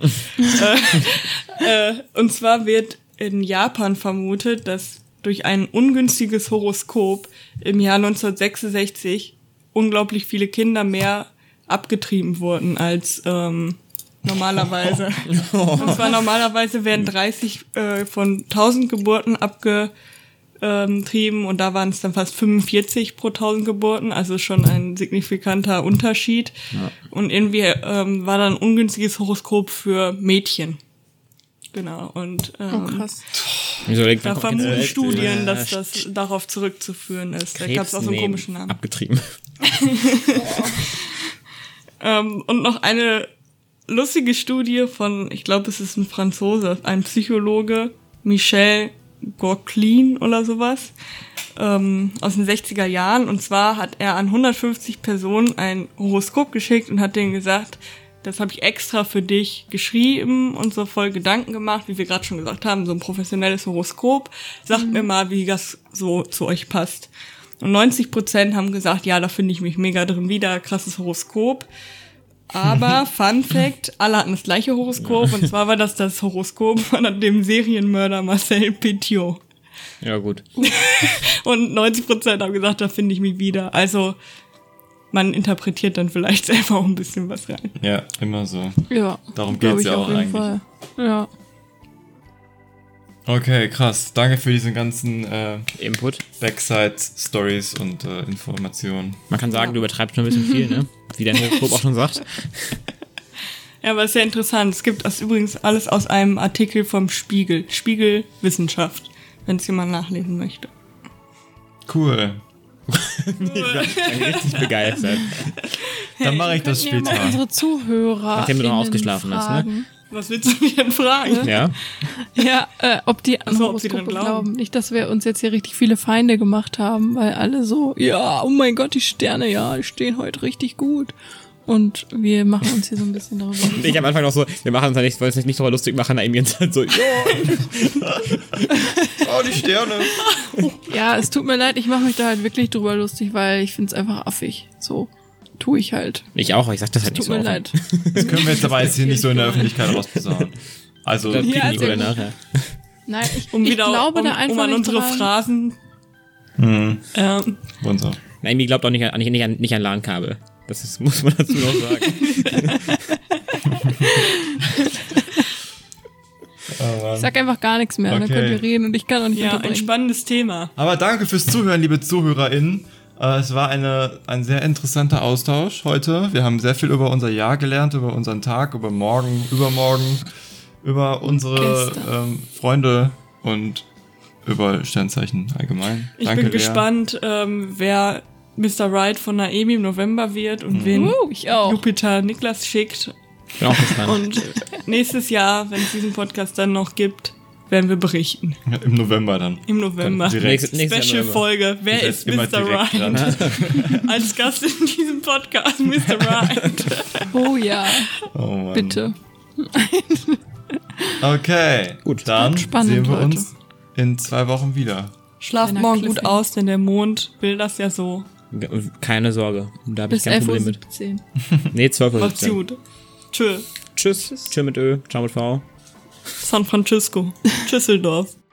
Und zwar wird in Japan vermutet, dass durch ein ungünstiges Horoskop im Jahr 1966 unglaublich viele Kinder mehr abgetrieben wurden als normalerweise. Und zwar normalerweise werden 30 von 1000 Geburten abgetrieben und da waren es dann fast 45 pro 1000 Geburten, also schon ein signifikanter Unterschied. Ja. Und irgendwie war dann ein ungünstiges Horoskop für Mädchen. Genau, und krass. da vermuten Studien, dass das darauf zurückzuführen ist. Da gab es auch so einen komischen Namen. Abgetrieben. Und noch eine lustige Studie von, ich glaube, es ist ein Franzose, ein Psychologe, Michel Gorklin oder sowas, aus den 60er Jahren. Und zwar hat er an 150 Personen ein Horoskop geschickt und hat denen gesagt, das habe ich extra für dich geschrieben und so voll Gedanken gemacht, wie wir gerade schon gesagt haben, so ein professionelles Horoskop. Sagt mir mal, wie das so zu euch passt. Und 90% haben gesagt, ja, da finde ich mich mega drin wieder, krasses Horoskop. Aber, Fun Fact, alle hatten das gleiche Horoskop, und zwar war das Horoskop von dem Serienmörder Marcel Petiot. Ja, gut. Und 90% haben gesagt, da finde ich mich wieder. Also, man interpretiert dann vielleicht selber auch ein bisschen was rein. Ja, immer so. Ja. Darum glaub geht's ich ja auf auch jeden eigentlich. Fall. Ja. Okay, krass. Danke für diesen ganzen Input. Backside-Stories und Informationen. Man kann sagen, du übertreibst schon ein bisschen viel, ne? Wie dein Horoskop auch schon sagt. Ja, aber ist ja interessant. Es gibt das übrigens alles aus einem Artikel vom Spiegel. Spiegel Wissenschaft, wenn es jemand nachlesen möchte. Cool. Ich bin richtig begeistert. Dann mache ich das Ja, mal später. unsere Zuhörer. Nachdem du noch ausgeschlafen hast, ne? Was willst du mich denn fragen? Ja. Ja, ob die an so, ob sie dran Horoskope glauben. glauben. Nicht, dass wir uns jetzt hier richtig viele Feinde gemacht haben, weil alle so, ja, oh mein Gott, die Sterne, ja, die stehen heute richtig gut. Und wir machen uns hier so ein bisschen darüber lustig. Ich am Anfang noch so, wir machen uns da nicht, wollen uns nicht darüber lustig machen, da eben die ganze Zeit so, ja. Oh, die Sterne. Ja, es tut mir leid, ich mache mich da halt wirklich drüber lustig, weil ich find's einfach affig. So tue ich halt. Ich auch, aber ich sag das halt nicht Tut so mir offen. leid. Das können wir jetzt aber jetzt hier nicht so in der Öffentlichkeit rausposaunen. Also, Das kriegen Ja, die sehr oder gut. nachher. Nein, ich Um wieder glaube da einfach um an nicht unsere dran. Phrasen. und so. Nein, Amy glaubt auch nicht an LAN-Kabel. Das ist, muss man dazu noch sagen. Ich sag einfach gar nichts mehr, dann Okay. könnt ihr reden und ich kann auch nicht Ja, ein unterbrechen. spannendes Thema. Aber danke fürs Zuhören, liebe ZuhörerInnen. Es war ein sehr interessanter Austausch heute. Wir haben sehr viel über unser Jahr gelernt, über unseren Tag, über morgen, übermorgen, über unsere Freunde und über Sternzeichen allgemein. Ich Danke, bin Lea. gespannt, wer Mr. Right von Naemi im November wird und wen Ich auch. Jupiter Niklas schickt. Bin auch gespannt. Und nächstes Jahr, wenn es diesen Podcast dann noch gibt, werden wir berichten. Ja, im November dann. Im November. Direkt. Nächstes Jahr Special-Folge. Wer Ihr ist seid immer Mr. direkt Right? dran. Als Gast in diesem Podcast, Mr. Right. Oh ja, Oh Mann. bitte. Okay, Gut. dann Spannend sehen wir heute. uns in 2 Wochen wieder. Schlaft Kleiner morgen gut Cliffhanger. aus, denn der Mond will das ja so. Keine Sorge. Da habe ich Bis kein Problem mit. 11:17 Uhr. Nee, 12 Uhr. Macht's gut. Tschö. Tschüss. Tschüss mit Ö. Ciao mit V. San Francisco. Tschüsseldorf.